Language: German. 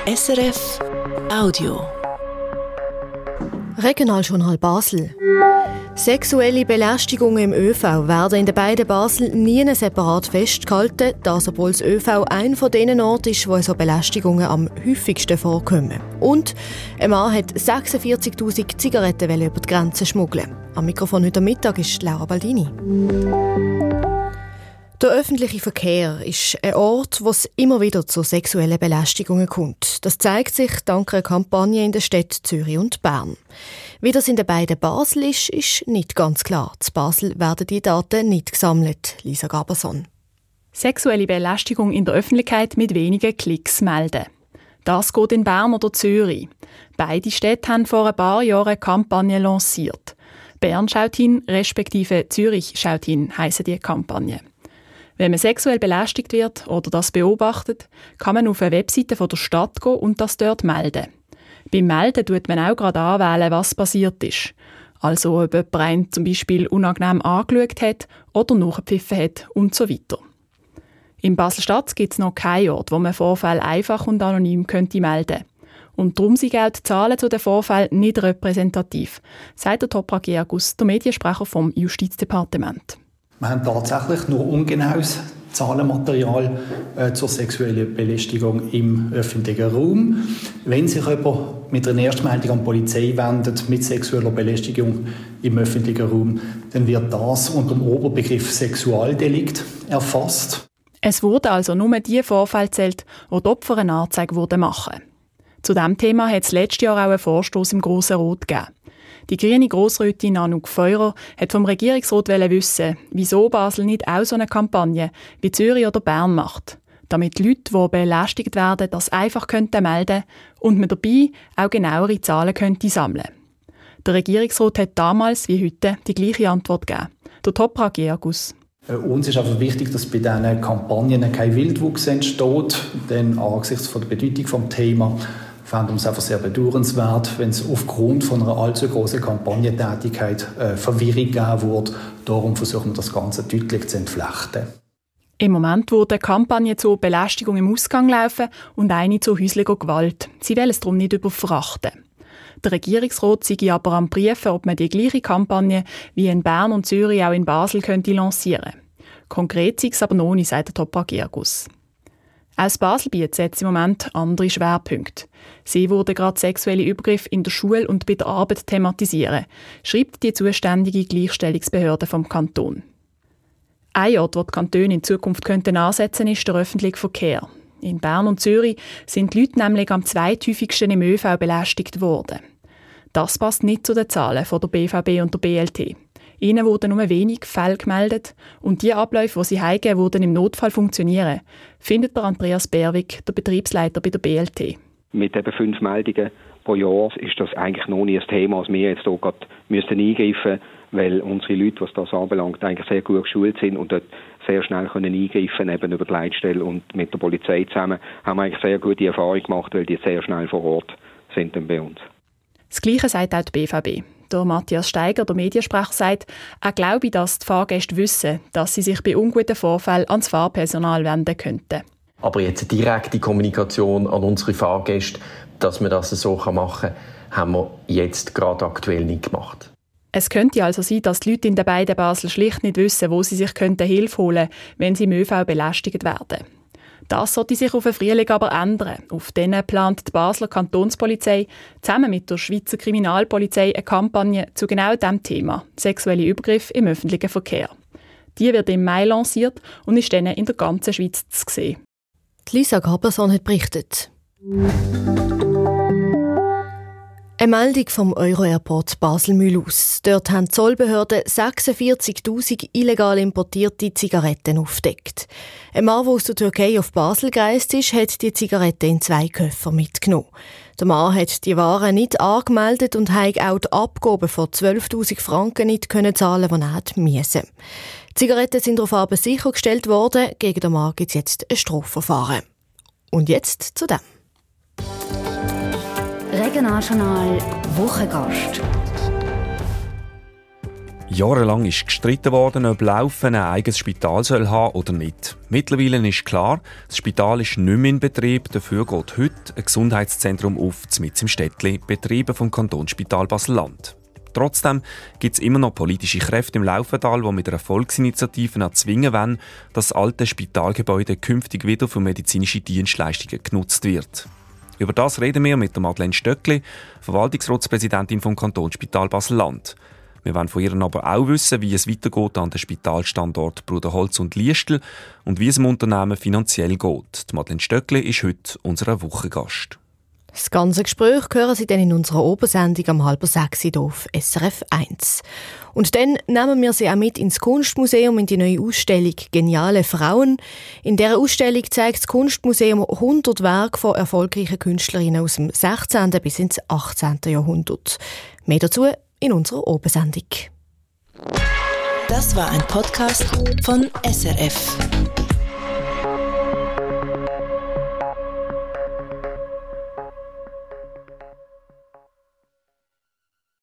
SRF Audio. Regionaljournal Basel. Sexuelle Belästigungen im ÖV werden in den beiden Basel nie separat festgehalten, das obwohl das ÖV einer von den Orten ist, wo so Belästigungen am häufigsten vorkommen. Und ein Mann hat 46'000 Zigaretten über die Grenze schmuggeln. Am Mikrofon heute Mittag ist Laura Baldini. Der öffentliche Verkehr ist ein Ort, wo es immer wieder zu sexuellen Belästigungen kommt. Das zeigt sich dank einer Kampagne in den Städten Zürich und Bern. Wie das in den beiden Basel ist nicht ganz klar. In Basel werden die Daten nicht gesammelt. Lisa Gaberson. Sexuelle Belästigung in der Öffentlichkeit mit wenigen Klicks melden. Das geht in Bern oder Zürich. Beide Städte haben vor ein paar Jahren eine Kampagne lanciert. Bern schaut hin, respektive Zürich schaut hin, heisst die Kampagne. Wenn man sexuell belästigt wird oder das beobachtet, kann man auf eine Webseite der Stadt gehen und das dort melden. Beim Melden tut man auch gerade anwählen, was passiert ist. Also ob jemand einen zum Beispiel unangenehm angeschaut hat oder nachgepfiffen hat und so weiter. In Basel-Stadt gibt es noch keinen Ort, wo man Vorfälle einfach und anonym melden könnte. Und darum sind auch die Zahlen zu den Vorfällen nicht repräsentativ, sagt der Toprak Georgus, der Mediensprecher vom Justizdepartement. Wir haben tatsächlich nur ungenaues Zahlenmaterial zur sexuellen Belästigung im öffentlichen Raum. Wenn sich jemand mit einer Erstmeldung an die Polizei wendet mit sexueller Belästigung im öffentlichen Raum, dann wird das unter dem Oberbegriff Sexualdelikt erfasst. Es wurden also nur die Vorfälle gezählt, wo die Opfer eine Anzeige machen. Zu diesem Thema hat es letztes Jahr auch einen Vorstoss im Grossen Rat gegeben. Die grüne Grossrätin Anouk Feurer hat vom Regierungsrat wissen, wieso Basel nicht auch so eine Kampagne wie Zürich oder Bern macht, damit Leute, die belästigt werden, das einfach melden könnten und man dabei auch genauere Zahlen sammeln könnte. Der Regierungsrat hat damals wie heute die gleiche Antwort gegeben. Der Toprak Georgus. Uns ist einfach wichtig, dass bei diesen Kampagnen kein Wildwuchs entsteht, denn angesichts der Bedeutung des Themas fanden wir es einfach sehr bedauernswert, wenn es aufgrund von einer allzu großen Kampagnentätigkeit Verwirrung geben würde. Darum versuchen wir das Ganze deutlich zu entflechten. Im Moment wird eine Kampagne zur Belästigung im Ausgang laufen und eine zur häuslicher Gewalt. Sie wollen es darum nicht überfrachten. Der Regierungsrat sei aber am Prüfen, ob man die gleiche Kampagne wie in Bern und Zürich auch in Basel könnte lancieren. Konkret sei es aber noch nicht, sagt der Toprak Georgus. Auch das Baselbiet setzt im Moment andere Schwerpunkte. Sie würden gerade sexuelle Übergriffe in der Schule und bei der Arbeit thematisieren, schreibt die zuständige Gleichstellungsbehörde vom Kanton. Ein Ort, wo die Kantone in Zukunft ansetzen könnten, ist der öffentliche Verkehr. In Bern und Zürich sind die Leute nämlich am zweithäufigsten im ÖV belästigt worden. Das passt nicht zu den Zahlen von der BVB und der BLT. Ihnen wurden nur wenig Fälle gemeldet und die Abläufe, die sie heimgeben, würden im Notfall funktionieren, findet der Andreas Berwig, der Betriebsleiter bei der BLT. Mit eben 5 Meldungen pro Jahr ist das eigentlich noch nie ein Thema, dass wir jetzt hier gerade eingreifen müssen, weil unsere Leute, was das anbelangt, eigentlich sehr gut geschult sind und dort sehr schnell eingreifen können, eben über die Leitstelle und mit der Polizei zusammen, haben wir eigentlich sehr gute Erfahrung gemacht, weil die sehr schnell vor Ort sind dann bei uns. Das Gleiche sagt auch die BVB. Der Matthias Steiger, der Mediensprecher, sagt, er glaube, dass die Fahrgäste wissen, dass sie sich bei unguten Vorfällen ans Fahrpersonal wenden könnten. Aber jetzt eine direkte Kommunikation an unsere Fahrgäste, dass man das so machen kann, haben wir jetzt gerade aktuell nicht gemacht. Es könnte also sein, dass die Leute in den beiden Basel schlicht nicht wissen, wo sie sich Hilfe holen könnten, wenn sie im ÖV belästigt werden. Das sollte sich auf den Frühling aber ändern. Auf denen plant die Basler Kantonspolizei zusammen mit der Schweizer Kriminalpolizei eine Kampagne zu genau diesem Thema, sexuelle Übergriffe im öffentlichen Verkehr. Die wird im Mai lanciert und ist dann in der ganzen Schweiz zu sehen. Lisa Gaberson hat berichtet. Eine Meldung vom Euro-Airport Basel-Mühlaus. Dort haben die Zollbehörden 46'000 illegal importierte Zigaretten aufgedeckt. Ein Mann, der aus der Türkei auf Basel gereist ist, hat die Zigaretten in 2 Köffer mitgenommen. Der Mann hat die Waren nicht angemeldet und hat auch die Abgabe von 12'000 Franken nicht zahlen, die er musste. Die Zigaretten sind darauf aber sichergestellt worden. Gegen den Mann gibt es jetzt ein Strafverfahren. Und jetzt zu dem. Regionaljournal Wochengast. Jahrelang ist gestritten worden, ob Laufen ein eigenes Spital haben soll oder nicht. Mittlerweile ist klar, das Spital ist nicht mehr in Betrieb. Dafür geht heute ein Gesundheitszentrum auf, mitten im Städtli, betrieben vom Kantonsspital Basel-Land. Trotzdem gibt es immer noch politische Kräfte im Laufental, die mit einer Volksinitiative erzwingen wollen, dass das alte Spitalgebäude künftig wieder für medizinische Dienstleistungen genutzt wird. Über das reden wir mit Madeleine Stöckli, Verwaltungsratspräsidentin vom Kantonsspital Basel-Land. Wir wollen von ihr aber auch wissen, wie es weitergeht an den Spitalstandort Bruderholz und Liestel und wie es im Unternehmen finanziell geht. Madeleine Stöckli ist heute unser Wochengast. Das ganze Gespräch hören Sie dann in unserer Obersendung am 5:30 hier auf SRF 1. Und dann nehmen wir Sie auch mit ins Kunstmuseum in die neue Ausstellung «Geniale Frauen». In dieser Ausstellung zeigt das Kunstmuseum 100 Werke von erfolgreichen Künstlerinnen aus dem 16. bis ins 18. Jahrhundert. Mehr dazu in unserer Obersendung. Das war ein Podcast von SRF.